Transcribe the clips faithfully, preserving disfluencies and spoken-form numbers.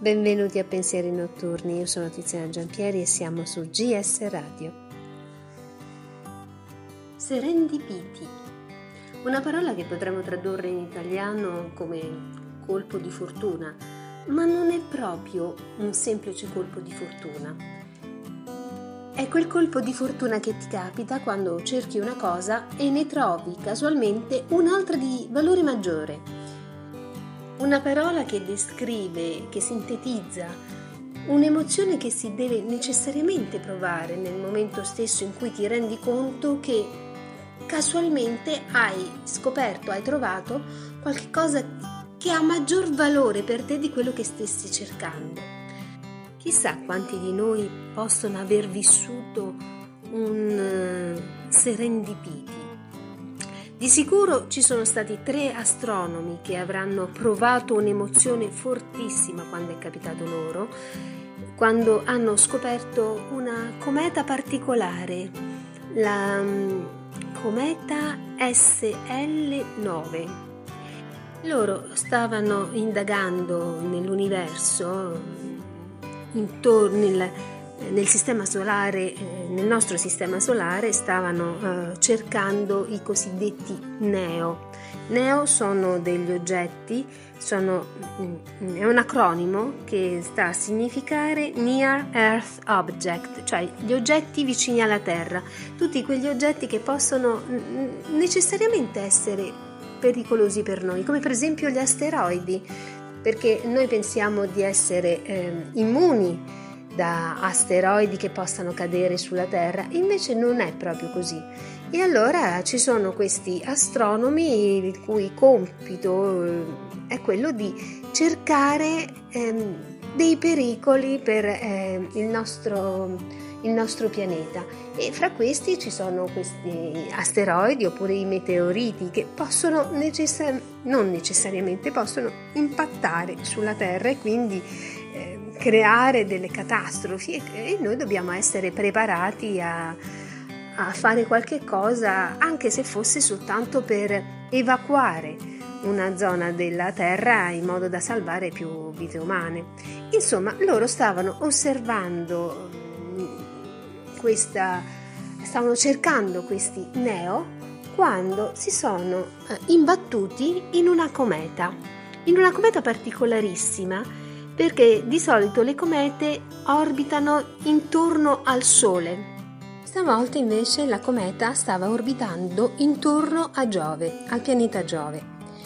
Benvenuti a Pensieri Notturni, io sono Tiziana Giampieri e siamo su G S Radio. Serendipiti, una parola che potremmo tradurre in italiano come colpo di fortuna, ma non è proprio un semplice colpo di fortuna. È quel colpo di fortuna che ti capita quando cerchi una cosa e ne trovi casualmente un'altra di valore maggiore. Una parola che descrive, che sintetizza un'emozione che si deve necessariamente provare nel momento stesso in cui ti rendi conto che casualmente hai scoperto, hai trovato qualche cosa che ha maggior valore per te di quello che stessi cercando. Chissà quanti di noi possono aver vissuto un uh, serendipiti. Di sicuro ci sono stati tre astronomi che avranno provato un'emozione fortissima quando è capitato loro, quando hanno scoperto una cometa particolare, la um, cometa S L nove. Loro stavano indagando nell'universo, intorno nel, nel sistema solare, eh, nel nostro sistema solare, stavano eh, cercando i cosiddetti NEO. NEO sono degli oggetti, sono, mm, è un acronimo che sta a significare Near Earth Object, cioè gli oggetti vicini alla Terra, tutti quegli oggetti che possono mm, necessariamente essere pericolosi per noi, come per esempio gli asteroidi, perché noi pensiamo di essere eh, immuni da asteroidi che possano cadere sulla Terra, invece non è proprio così. E allora ci sono questi astronomi il cui compito eh, è quello di cercare eh, dei pericoli per eh, il nostro, il nostro pianeta, e fra questi ci sono questi asteroidi oppure i meteoriti che possono necessar- non necessariamente possono impattare sulla Terra e quindi eh, creare delle catastrofi, e, e noi dobbiamo essere preparati a, a fare qualche cosa, anche se fosse soltanto per evacuare una zona della Terra in modo da salvare più vite umane. Insomma, loro stavano osservando questa, stavano cercando questi NEO quando si sono imbattuti in una cometa, in una cometa particolarissima, perché di solito le comete orbitano intorno al Sole. Stavolta invece la cometa stava orbitando intorno a Giove, al pianeta Giove.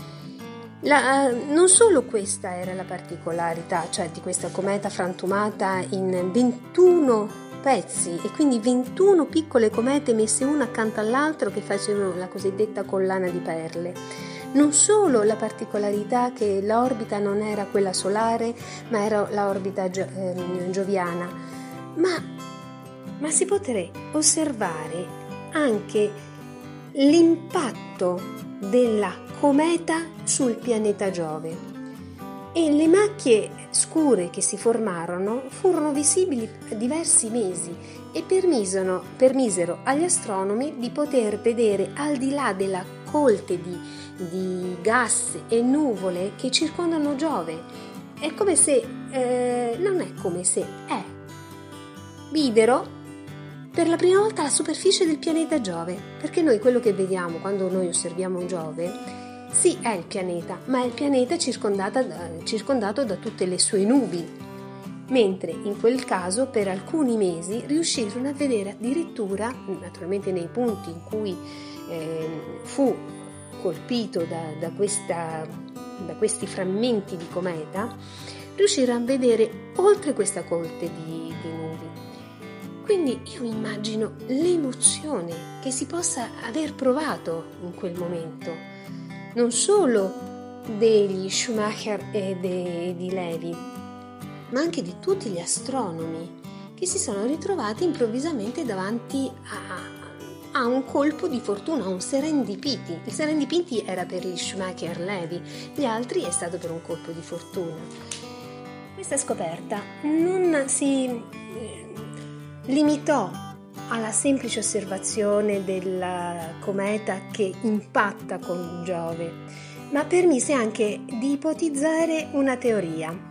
La, non solo questa era la particolarità, cioè di questa cometa frantumata in ventuno pezzi, e quindi ventuno piccole comete messe una accanto all'altra che facevano la cosiddetta collana di perle. Non solo la particolarità che l'orbita non era quella solare, ma era l'orbita gio- eh, gioviana, ma, ma si poté osservare anche l'impatto della cometa sul pianeta Giove, e le macchie scure che si formarono furono visibili per diversi mesi e permisero, permisero agli astronomi di poter vedere al di là della coltre di, di gas e nuvole che circondano Giove. È come se, eh, non è come se, è, videro per la prima volta la superficie del pianeta Giove, perché noi quello che vediamo quando noi osserviamo Giove, sì, è il pianeta, ma è il pianeta circondato da, circondato da tutte le sue nubi, mentre in quel caso per alcuni mesi riuscirono a vedere addirittura, naturalmente nei punti in cui eh, fu colpito da, da, questa, da questi frammenti di cometa, riuscirono a vedere oltre questa coltre di, di nubi. Quindi io immagino l'emozione che si possa aver provato in quel momento, non solo degli Schumacher e de, di Levi, ma anche di tutti gli astronomi che si sono ritrovati improvvisamente davanti a, a un colpo di fortuna, a un serendipiti. Il serendipiti era per gli Schumacher Levi, gli altri è stato per un colpo di fortuna. Questa scoperta non si eh, limitò alla semplice osservazione della cometa che impatta con Giove, ma permise anche di ipotizzare una teoria.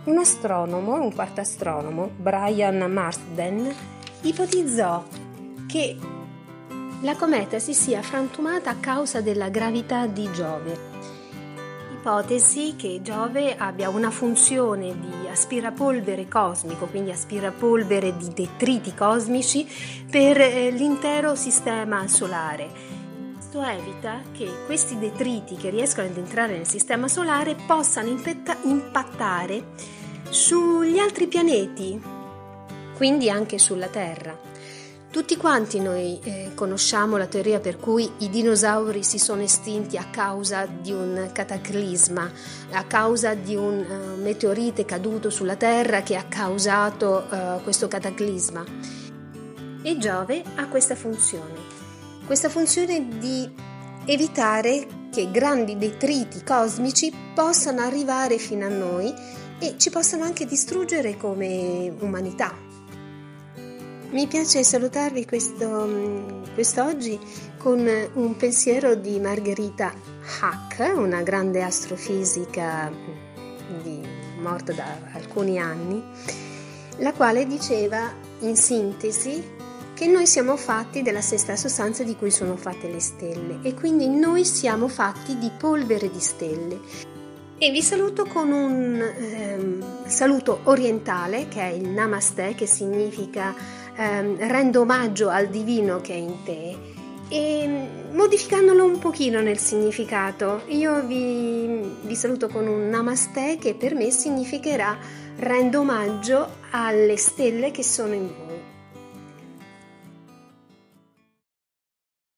un astronomo, un quarto astronomo, Brian Marsden, ipotizzò che la cometa si sia frantumata a causa della gravità di Giove. Ipotesi che Giove abbia una funzione di aspirapolvere cosmico, quindi aspirapolvere di detriti cosmici per l'intero sistema solare. Questo evita che questi detriti che riescono ad entrare nel sistema solare possano impattare sugli altri pianeti, quindi anche sulla Terra. Tutti quanti noi eh, conosciamo la teoria per cui i dinosauri si sono estinti a causa di un cataclisma, a causa di un uh, meteorite caduto sulla Terra che ha causato uh, questo cataclisma. E Giove ha questa funzione. Questa funzione di evitare che grandi detriti cosmici possano arrivare fino a noi e ci possano anche distruggere come umanità. Mi piace salutarvi questo, quest'oggi con un pensiero di Margherita Hack, una grande astrofisica di, morta da alcuni anni, la quale diceva in sintesi che noi siamo fatti della stessa sostanza di cui sono fatte le stelle e quindi noi siamo fatti di polvere di stelle. E vi saluto con un ehm, saluto orientale che è il Namaste, che significa ehm, rendo omaggio al divino che è in te, e modificandolo un pochino nel significato. Io vi, vi saluto con un Namaste che per me significherà rendo omaggio alle stelle che sono in voi.